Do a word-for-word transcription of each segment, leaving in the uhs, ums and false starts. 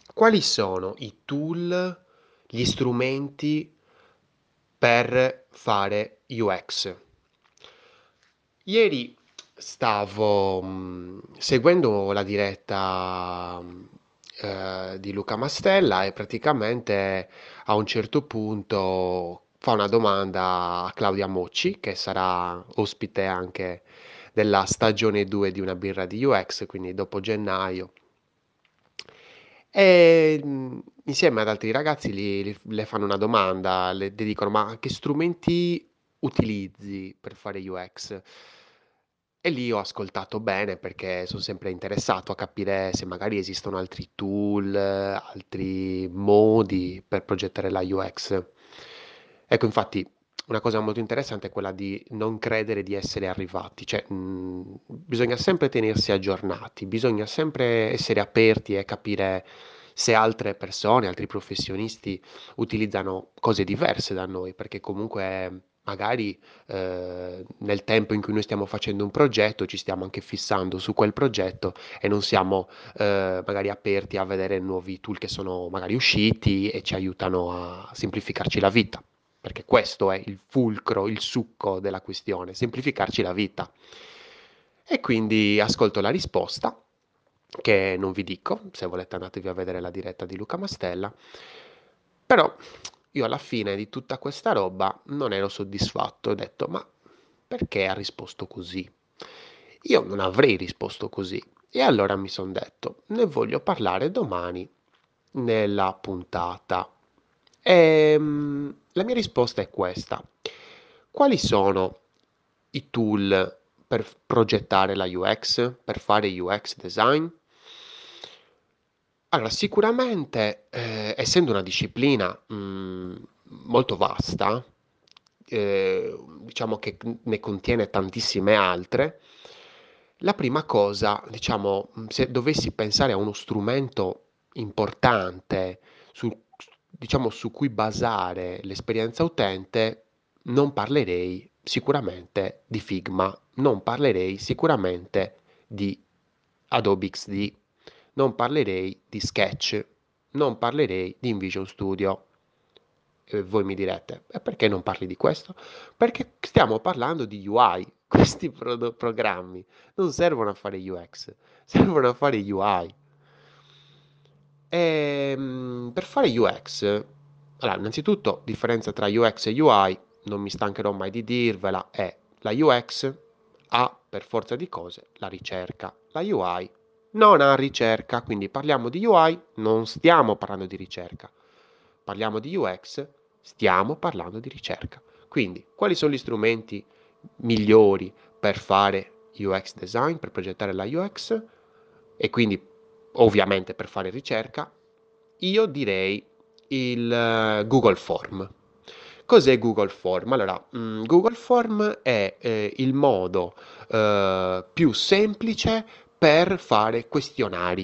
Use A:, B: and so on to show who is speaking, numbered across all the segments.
A: Quali sono i tool, gli strumenti per fare U X? Ieri stavo mh, seguendo la diretta mh, eh, di Luca Mastella e praticamente a un certo punto fa una domanda a Claudia Mocci, che sarà ospite anche della stagione due di Una birra di U X, quindi dopo gennaio. E mh, insieme ad altri ragazzi li- li- le fanno una domanda, le, le dicono: Ma che strumenti utilizzi per fare U X? E lì ho ascoltato bene perché sono sempre interessato a capire se magari esistono altri tool, eh, altri modi per progettare la U X. Ecco, infatti, una cosa molto interessante è quella di non credere di essere arrivati, cioè, mh, bisogna sempre tenersi aggiornati, bisogna sempre essere aperti e capire se altre persone, altri professionisti utilizzano cose diverse da noi, perché comunque magari eh, nel tempo in cui noi stiamo facendo un progetto ci stiamo anche fissando su quel progetto e non siamo eh, magari aperti a vedere nuovi tool che sono magari usciti e ci aiutano a semplificarci la vita. Perché questo è il fulcro, il succo della questione, semplificarci la vita. E quindi ascolto la risposta, che non vi dico, se volete andatevi a vedere la diretta di Luca Mastella, però io alla fine di tutta questa roba non ero soddisfatto, ho detto, ma perché ha risposto così? Io non avrei risposto così. E allora mi sono detto, ne voglio parlare domani nella puntata. E, mm, la mia risposta è questa. Quali sono i tool per progettare la U X, per fare U X design? Allora, sicuramente, eh, essendo una disciplina mh, molto vasta, eh, diciamo che ne contiene tantissime altre, la prima cosa, diciamo, mh, se dovessi pensare a uno strumento importante su, diciamo, su cui basare l'esperienza utente, non parlerei sicuramente di Figma, non parlerei sicuramente di Adobe X D, non parlerei di Sketch, non parlerei di InVision Studio. E voi mi direte, e perché non parli di questo? Perché stiamo parlando di U I. Questi pro- programmi non servono a fare U X, servono a fare U I. E, mm, per fare U X, allora, innanzitutto, differenza tra U X e U I, non mi stancherò mai di dirvela, è la U X ha per forza di cose la ricerca, la U I non ha ricerca, quindi parliamo di U I, non stiamo parlando di ricerca, parliamo di U X, stiamo parlando di ricerca. Quindi, quali sono gli strumenti migliori per fare U X design, per progettare la U X e quindi ovviamente per fare ricerca? Io direi il eh, Google Form. Cos'è Google Form? Allora, mm, Google Form è eh, il modo eh, più semplice per fare questionari.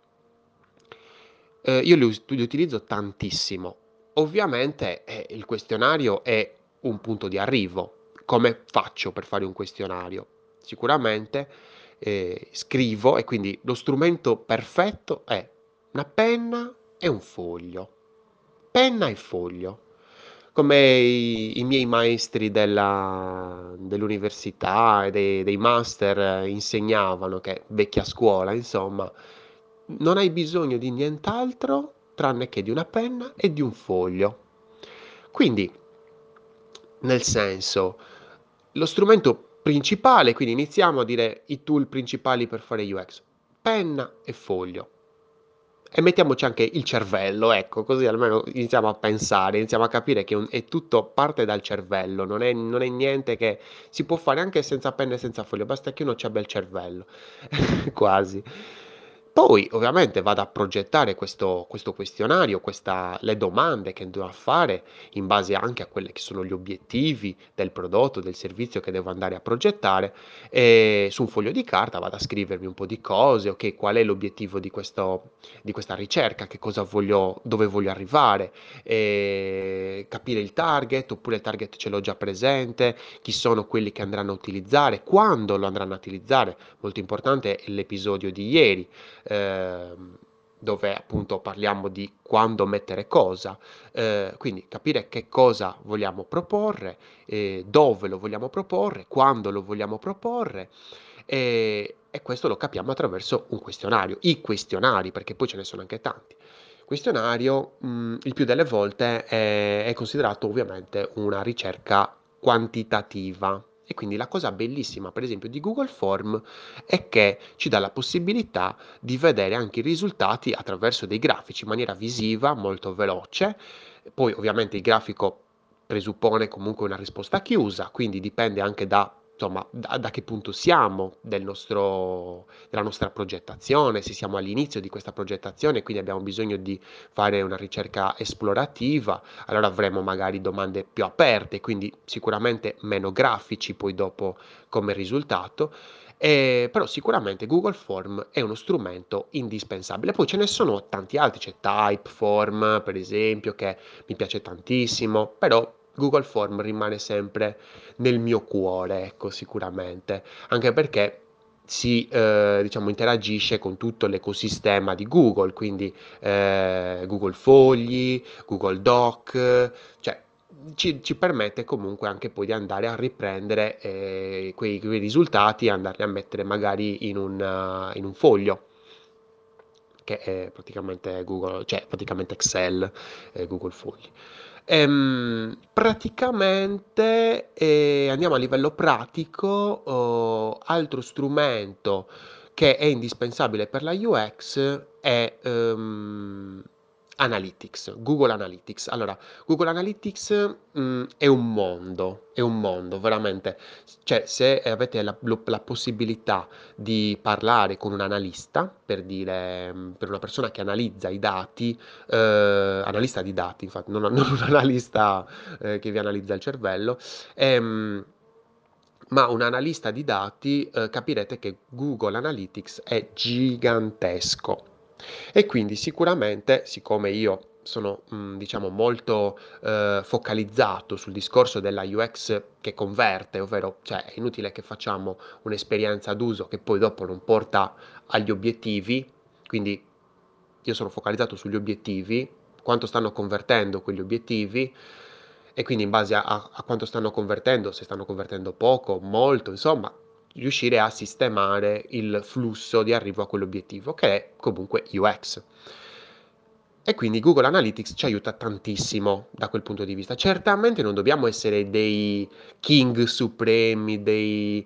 A: Eh, io li, us- li utilizzo tantissimo. Ovviamente eh, il questionario è un punto di arrivo. Come faccio per fare un questionario? Sicuramente eh, scrivo e quindi lo strumento perfetto è una penna e un foglio. Penna e foglio. Come i, i miei maestri della- dell'università e dei, dei master eh, insegnavano, che vecchia scuola, insomma, non hai bisogno di nient'altro tranne che di una penna e di un foglio. Quindi, nel senso, lo strumento principale, quindi iniziamo a dire i tool principali per fare U X, penna e foglio. E mettiamoci anche il cervello, ecco, così almeno iniziamo a pensare, iniziamo a capire che un- è tutto parte dal cervello, non è, non è niente che si può fare anche senza penna e senza foglio, basta che uno ci abbia il cervello, quasi. Poi ovviamente vado a progettare questo, questo questionario, questa- le domande che dovrò fare in base anche a quelli che sono gli obiettivi del prodotto, del servizio che devo andare a progettare e su un foglio di carta vado a scrivermi un po' di cose, ok, qual è l'obiettivo di questo, di questa ricerca, che cosa voglio, dove voglio arrivare, e capire il target, oppure il target ce l'ho già presente, chi sono quelli che andranno a utilizzare, quando lo andranno a utilizzare. Molto importante è l'episodio di ieri. Ehm, dove appunto parliamo di quando mettere cosa, ehm, quindi capire che cosa vogliamo proporre, ehm, dove lo vogliamo proporre, quando lo vogliamo proporre, ehm, e questo lo capiamo attraverso un questionario. I questionari, perché poi ce ne sono anche tanti. Questionario, mhmm, il più delle volte è è considerato ovviamente una ricerca quantitativa e quindi la cosa bellissima, per esempio, di Google Form è che ci dà la possibilità di vedere anche i risultati attraverso dei grafici in maniera visiva, molto veloce. Poi ovviamente il grafico presuppone comunque una risposta chiusa, quindi dipende anche da, insomma, da, da che punto siamo del nostro, della nostra progettazione, se siamo all'inizio di questa progettazione, quindi abbiamo bisogno di fare una ricerca esplorativa, allora avremo magari domande più aperte, quindi sicuramente meno grafici poi dopo come risultato. Eh, però sicuramente Google Form è uno strumento indispensabile. Poi ce ne sono tanti altri, c'è Typeform per esempio, che mi piace tantissimo, però Google Form rimane sempre nel mio cuore, ecco, sicuramente, anche perché si eh, diciamo interagisce con tutto l'ecosistema di Google, quindi eh, Google Fogli, Google Doc, cioè ci, ci permette comunque anche poi di andare a riprendere eh, quei, quei risultati e andarli a mettere magari in un, uh, in un foglio che è praticamente Google, cioè praticamente Excel, eh, Google Fogli. Ehm, praticamente eh, andiamo a livello pratico, oh, altro strumento che è indispensabile per la U X è ehm, Analytics, Google Analytics. Allora, Google Analytics mh, è un mondo, è un mondo veramente. Cioè, se avete la, lo- la possibilità di parlare con un analista, per dire, mh, per una persona che analizza i dati, eh, analista di dati, infatti, non, non un analista eh, che vi analizza il cervello, ehm, ma un analista di dati, eh, capirete che Google Analytics è gigantesco. E quindi sicuramente, siccome io sono, mh, diciamo, molto eh, focalizzato sul discorso della U X che converte, ovvero, cioè, è inutile che facciamo un'esperienza d'uso che poi dopo non porta agli obiettivi, quindi io sono focalizzato sugli obiettivi, quanto stanno convertendo quegli obiettivi e quindi in base a, a- a quanto stanno convertendo, se stanno convertendo poco, molto, insomma, riuscire a sistemare il flusso di arrivo a quell'obiettivo, che è comunque U X. E quindi Google Analytics ci aiuta tantissimo da quel punto di vista. Certamente non dobbiamo essere dei king supremi, dei,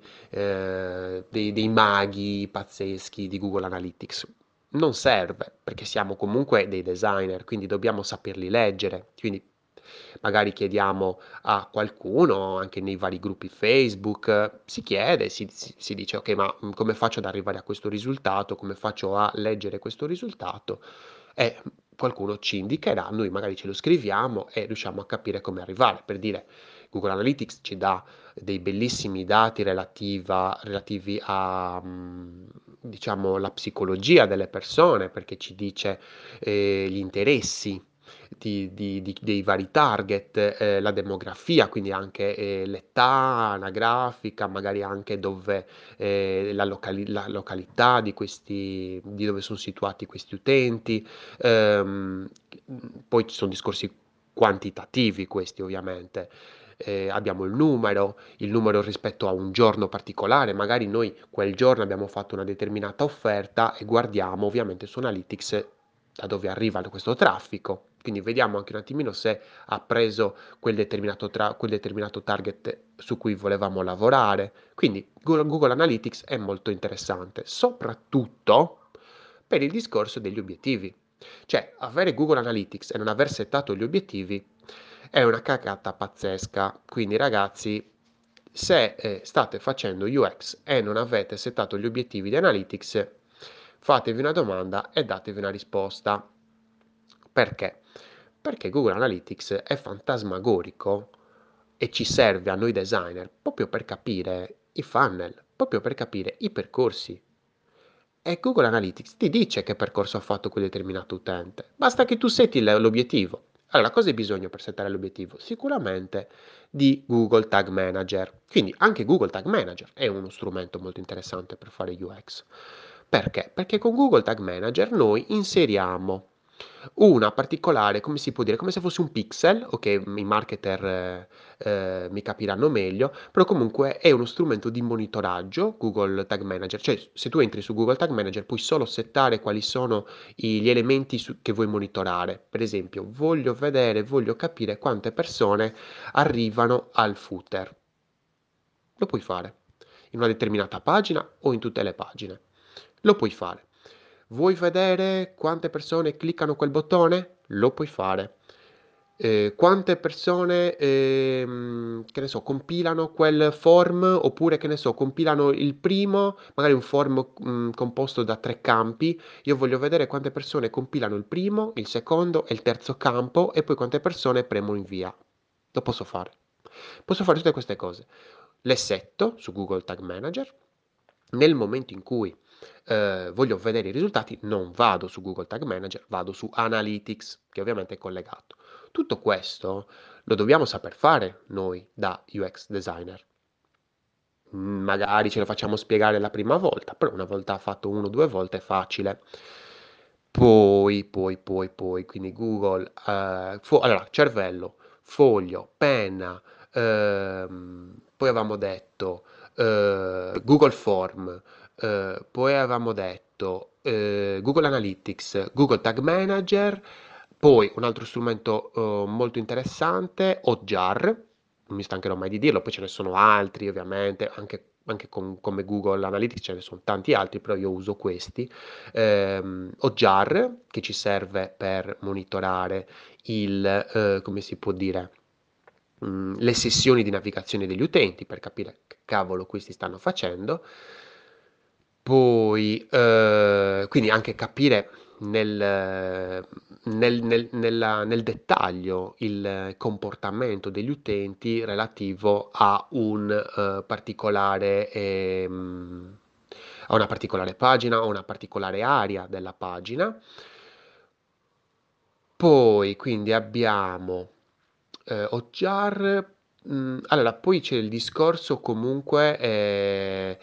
A: eh, dei, dei maghi pazzeschi di Google Analytics. Non serve, perché siamo comunque dei designer, quindi dobbiamo saperli leggere. Quindi magari chiediamo a qualcuno, anche nei vari gruppi Facebook, eh, si chiede, si, si- si dice, ok, ma mm, come faccio ad arrivare a questo risultato? Come faccio a leggere questo risultato? E qualcuno ci indicherà, noi magari ce lo scriviamo e riusciamo a capire come arrivare. Per dire, Google Analytics ci dà dei bellissimi dati relativa- relativi a, mm, diciamo, la psicologia delle persone, perché ci dice eh, gli interessi di- di- di- dei vari target, eh, la demografia, quindi anche eh, l'età anagrafica, magari anche dove eh, la, locali- la località di questi, di dove sono situati questi utenti. Ehm, Poi ci sono discorsi quantitativi questi ovviamente. Eh, abbiamo il numero, il numero rispetto a un giorno particolare, magari noi quel giorno abbiamo fatto una determinata offerta e guardiamo ovviamente su Analytics da dove arriva questo traffico. Quindi vediamo anche un attimino se ha preso quel determinato, tra- quel determinato target su cui volevamo lavorare. Quindi Google, Google Analytics è molto interessante, soprattutto per il discorso degli obiettivi. Cioè, avere Google Analytics e non aver settato gli obiettivi è una cagata pazzesca. Quindi, ragazzi, se eh, state facendo U X e non avete settato gli obiettivi di Analytics, fatevi una domanda e datevi una risposta. Perché? Perché Google Analytics è fantasmagorico e ci serve a noi designer proprio per capire i funnel, proprio per capire i percorsi. E Google Analytics ti dice che percorso ha fatto quel determinato utente. Basta che tu setti l- l'obiettivo. Allora, cosa hai bisogno per settare l'obiettivo? Sicuramente di Google Tag Manager. Quindi anche Google Tag Manager è uno strumento molto interessante per fare U X. Perché? Perché con Google Tag Manager noi inseriamo una particolare, come si può dire, come se fosse un pixel, okay, i marketer, ehm, mi capiranno meglio, però comunque è uno strumento di monitoraggio, Google Tag Manager, cioè se tu entri su Google Tag Manager puoi solo settare quali sono i gli elementi su che vuoi monitorare. Per esempio, voglio vedere, voglio capire quante persone arrivano al footer. Lo puoi fare in una determinata pagina o in tutte le pagine. Lo puoi fare. Vuoi vedere quante persone cliccano quel bottone? Lo puoi fare. Ehm, quante persone, ehm, che ne so, compilano quel form oppure, che ne so, compilano il primo, magari un form, mhmm, composto da tre campi, io voglio vedere quante persone compilano il primo, il secondo e il terzo campo e poi quante persone premono invia. Lo posso fare. Posso fare tutte queste cose. Le setto su Google Tag Manager. Nel momento in cui, ehm, voglio vedere i risultati non vado su Google Tag Manager, vado su Analytics, che ovviamente è collegato. Tutto questo lo dobbiamo saper fare noi da U X designer. Mhmm, magari ce lo facciamo spiegare la prima volta, però una volta fatto uno o due volte è facile. Poi, poi, poi, poi, quindi Google, ehm, fo allora cervello, foglio, penna, ehm, poi avevamo detto, ehm, Google Form, ehm, poi avevamo detto, ehm, Google Analytics, Google Tag Manager, poi un altro strumento, uhm, molto interessante, Hotjar, non mi stancherò mai di dirlo, poi ce ne sono altri ovviamente, anche anche con come Google Analytics ce ne son tanti altri, però io uso questi. Ehm, Hotjar, che ci serve per monitorare il, ehm, come si può dire, mhmm, le sessioni di navigazione degli utenti per capire che cavolo questi stanno facendo. Poi, ehm, quindi anche capire nel nel nel nella nel dettaglio il comportamento degli utenti relativo a un, ehm, particolare, ehm, a una particolare pagina o una particolare area della pagina. Poi quindi abbiamo, ehm, Hotjar, mhmm, allora poi c'è il discorso comunque, ehm,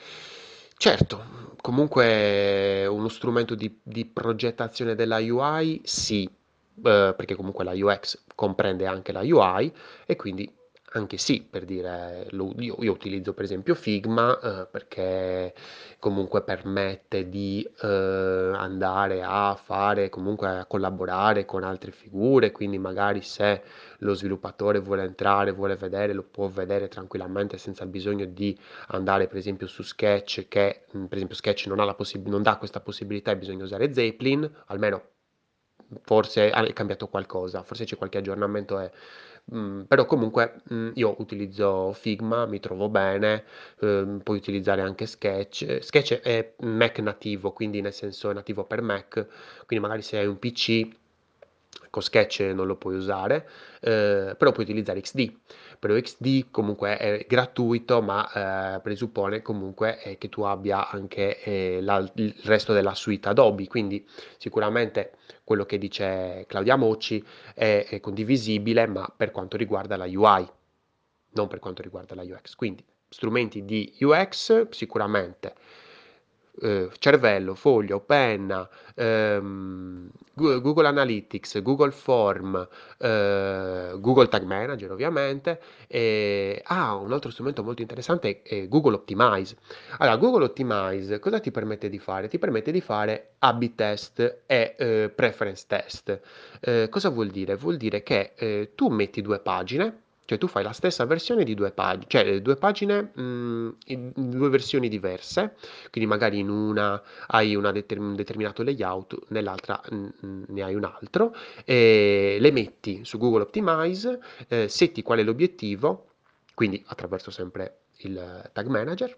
A: certo, comunque uno strumento di di progettazione della U I sì, uhm, perché comunque la U X comprende anche la U I e quindi anche sì, per dire, lo io io utilizzo per esempio Figma, uhm, perché comunque permette di, uhm, andare a fare comunque a collaborare con altre figure, quindi magari se lo sviluppatore vuole entrare, vuole vedere, lo può vedere tranquillamente senza bisogno di andare per esempio su Sketch che, mhmm, per esempio Sketch non ha la possib non dà questa possibilità e bisogna usare Zeppelin, almeno forse ha è cambiato qualcosa, forse c'è qualche aggiornamento e mhmm, però comunque, mhmm, io utilizzo Figma, mi trovo bene, uhm, puoi utilizzare anche Sketch. Sketch è Mac nativo, quindi nel senso è nativo per Mac, quindi magari se hai un P C con Sketch non lo puoi usare, uhm, però puoi utilizzare X D. Però X D comunque è gratuito, ma, ehm, presuppone comunque, ehm, che tu abbia anche, ehm, l'al il resto della suite Adobe, quindi sicuramente quello che dice Claudia Mocci è è condivisibile, ma per quanto riguarda la U I, non per quanto riguarda la U X. Quindi strumenti di U X sicuramente, uhm, cervello, foglio, penna, ehm, Gu Google Analytics, Google Form, ehm, Google Tag Manager ovviamente, e ah, un altro strumento molto interessante è Google Optimize. Allora, Google Optimize cosa ti permette di fare? Ti permette di fare A/B test e, ehm, preference test. Ehm, cosa vuol dire? Vuol dire che, ehm, tu metti due pagine, cioè tu fai la stessa versione di due pag cioè eh, due pagine, mhmm, in in due versioni diverse, quindi magari in una hai una determ un determinato layout, nell'altra, mhmm, ne hai un altro, e le metti su Google Optimize, ehm, setti qual è l'obiettivo, quindi attraverso sempre il Tag Manager,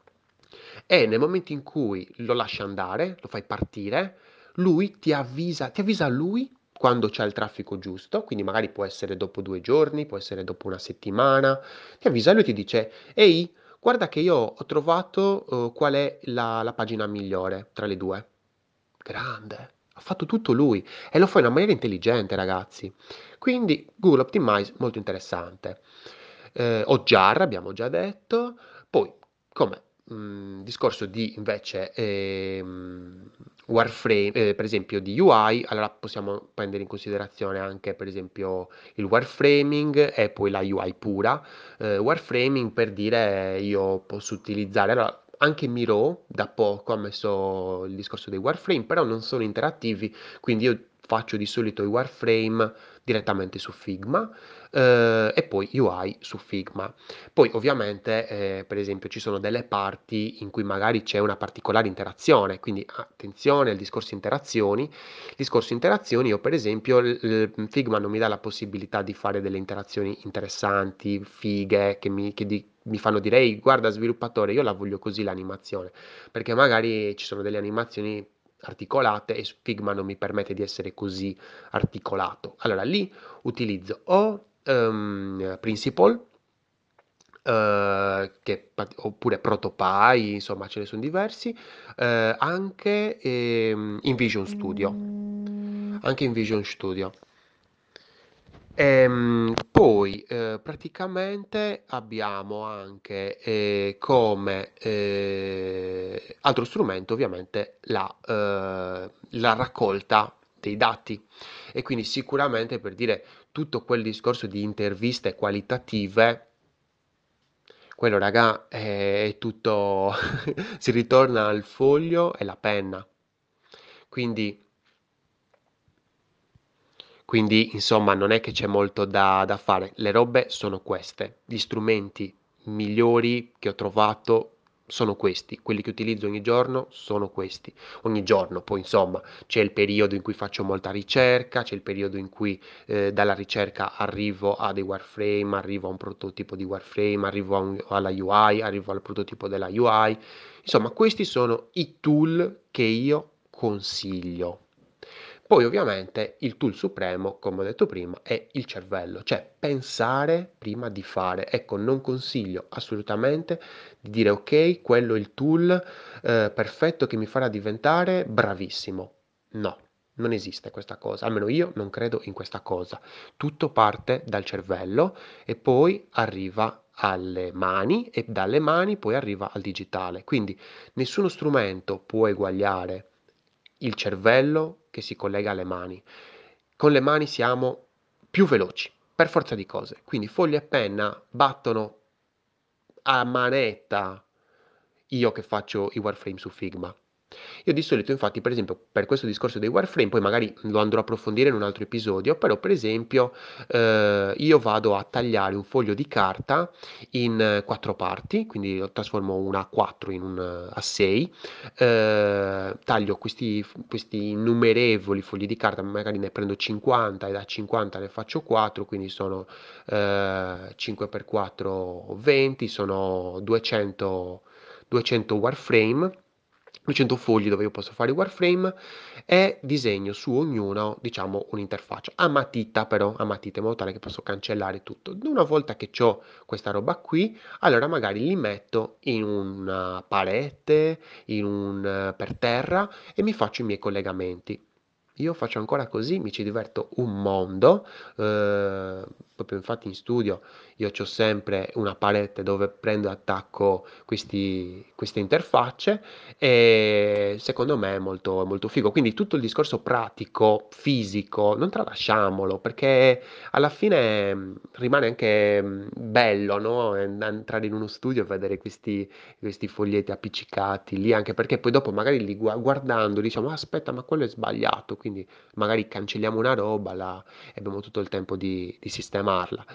A: e nel momento in cui lo lasci andare, lo fai partire, lui ti avvisa ti avvisa lui quando c'ha il traffico giusto, quindi magari può essere dopo due giorni, può essere dopo una settimana, ti avvisa lui e ti dice: "Ehi, guarda che io ho trovato, uhm, qual è la la pagina migliore tra le due". Grande, ha fatto tutto lui e lo fa in una maniera intelligente ragazzi. Quindi Google Optimize molto interessante. Ehm, Hotjar abbiamo già detto, poi come? mhmm, discorso di invece, ehm, Warframe ehm, per esempio di U I, allora possiamo prendere in considerazione anche per esempio il Warframing e poi la U I pura. Ehm, Warframing per dire io posso utilizzare allora anche Miro da poco ha messo il discorso dei Warframe, però non sono interattivi, quindi io faccio di solito i Warframe direttamente su Figma, ehm, e poi U I su Figma. Poi ovviamente, ehm, per esempio ci sono delle parti in cui magari c'è una particolare interazione, quindi attenzione al discorso interazioni. Il discorso interazioni io per esempio l l Figma non mi dà la possibilità di fare delle interazioni interessanti, fighe, che mi che di mi fanno dire: "Ehi guarda sviluppatore io la voglio così l'animazione", perché magari ci sono delle animazioni articolate e s Figma non mi permette di essere così articolato. Allora lì utilizzo o, ehm, Principle, ehm, che pat oppure ProtoPie, insomma ce ne son diversi, ehm, anche, ehm, in Vision Studio. Anche in Vision Studio. Ehm, poi, ehm, praticamente abbiamo anche, ehm, come, ehm, altro strumento ovviamente la, ehm, la raccolta dei dati e quindi sicuramente per dire tutto quel discorso di interviste qualitative, quello raga è tutto si ritorna al foglio e la penna. Quindi Quindi, insomma, non è che c'è molto da, da fare. Le robe sono queste. Gli strumenti migliori che ho trovato sono questi. Quelli che utilizzo ogni giorno sono questi. Ogni giorno, poi, insomma, c'è il periodo in cui faccio molta ricerca, c'è il periodo in cui eh, dalla ricerca arrivo a dei wireframe, arrivo a un prototipo di wireframe, arrivo a un- alla U I, arrivo al prototipo della U I. Insomma, questi sono i tool che io consiglio. Poi ovviamente il tool supremo, come ho detto prima, è il cervello, cioè pensare prima di fare. Ecco, non consiglio assolutamente di dire ok, quello è il tool eh, perfetto che mi farà diventare bravissimo. No, non esiste questa cosa, almeno io non credo in questa cosa. Tutto parte dal cervello e poi arriva alle mani e dalle mani poi arriva al digitale. Quindi nessuno strumento può eguagliare il cervello che si collega alle mani. Con le mani siamo più veloci, per forza di cose. Quindi foglia e penna battono a manetta io che faccio i wireframe su Figma. Io di solito, infatti, per esempio, per questo discorso dei wireframe, poi magari lo andrò a approfondire in un altro episodio, però per esempio eh, io vado a tagliare un foglio di carta in eh, quattro parti, quindi lo trasformo una a quattro in un eh, a sei, eh, taglio questi, questi innumerevoli fogli di carta, magari ne prendo cinquanta e da cinquanta ne faccio quattro, quindi sono eh, cinque per quattro, venti, sono duecento duecento wireframe, duecento fogli dove io posso fare i wireframe e disegno su ognuno, diciamo, un'interfaccia a matita però, a matita in modo tale che posso cancellare tutto. Una volta che ho questa roba qui, allora magari li metto in una parete, in un eh, per terra e mi faccio i miei collegamenti. Io faccio ancora così, mi ci diverto un mondo, eh, proprio infatti in studio io ho sempre una parete dove prendo e attacco questi- queste interfacce e secondo me è molto, molto figo. Quindi tutto il discorso pratico, fisico, non tralasciamolo perché alla fine mh, rimane anche mh, bello, no? En- Entrare in uno studio e vedere questi, questi foglietti appiccicati lì, anche perché poi dopo magari li gua- guardando diciamo "Ah, aspetta, ma quello è sbagliato", quindi magari cancelliamo una roba là, e abbiamo tutto il tempo di, di sistemarla.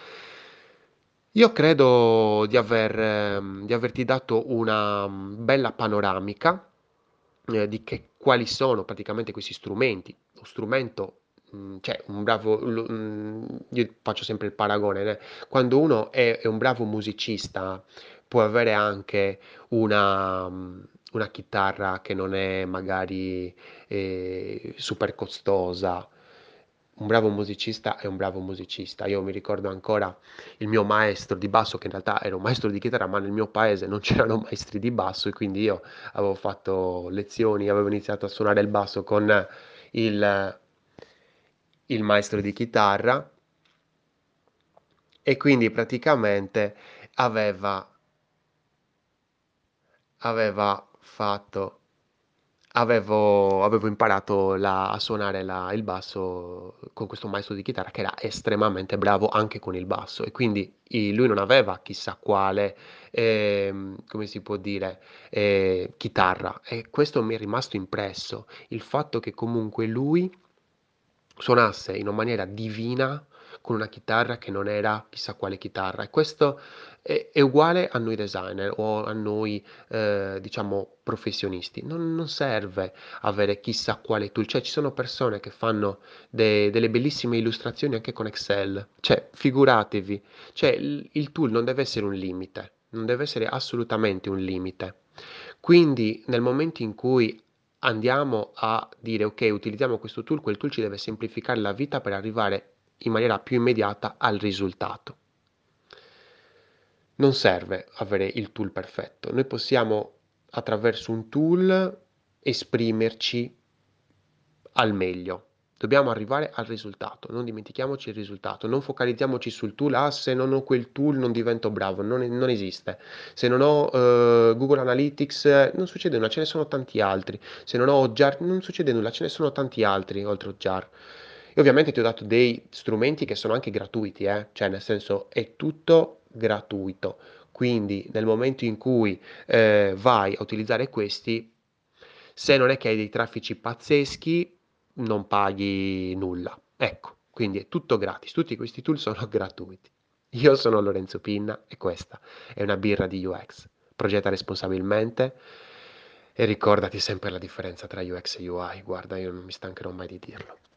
A: Io credo di aver, ehm, di averti dato una mm, bella panoramica eh, di che, quali sono praticamente questi strumenti. Lo strumento, mm, cioè un bravo, lo- mm, io faccio sempre il paragone, né? Quando uno è, è un bravo musicista può avere anche una, mm, una chitarra che non è magari eh, super costosa. Un bravo musicista è un bravo musicista. Io mi ricordo ancora il mio maestro di basso, che in realtà era un maestro di chitarra, ma nel mio paese non c'erano maestri di basso e quindi io avevo fatto lezioni, avevo iniziato a suonare il basso con il, il maestro di chitarra e quindi praticamente aveva aveva fatto avevo avevo imparato la a suonare la il basso con questo maestro di chitarra che era estremamente bravo anche con il basso e quindi i lui non aveva chissà quale, ehm, come si può dire, ehm, chitarra e questo mi è rimasto impresso. Il fatto che comunque lui suonasse in una maniera divina con una chitarra che non era chissà quale chitarra e questo è è uguale a noi designer o a noi, ehm, diciamo professionisti. Non non serve avere chissà quale tool, cioè ci sono persone che fanno de delle bellissime illustrazioni anche con Excel, cioè figuratevi, cioè il il tool non deve essere un limite, non deve essere assolutamente un limite. Quindi nel momento in cui andiamo a dire: "Okay, utilizziamo questo tool", quel tool ci deve semplificare la vita per arrivare in maniera più immediata al risultato. Non serve avere il tool perfetto. Noi possiamo, attraverso un tool, esprimerci al meglio. Dobbiamo arrivare al risultato, non dimentichiamoci il risultato, non focalizziamoci sul tool: "Ah, se non ho quel tool non divento bravo." Non e non esiste. Se non ho, uhm, Google Analytics non succede nulla, ce ne sono tanti altri. Se non ho Hotjar non succede nulla, ce ne sono tanti altri oltre Hotjar. E ovviamente ti ho dato dei strumenti che sono anche gratuiti, eh, cioè nel senso è tutto gratuito. Quindi nel momento in cui, ehm, vai a utilizzare questi, se non è che hai dei traffici pazzeschi, non paghi nulla. Ecco, quindi è tutto gratis, tutti questi tool sono gratuiti. Io sono Lorenzo Pinna e questa è una birra di U X. Progetta responsabilmente e ricordati sempre la differenza tra U X e U I. Guarda, io non mi stancherò mai di dirlo.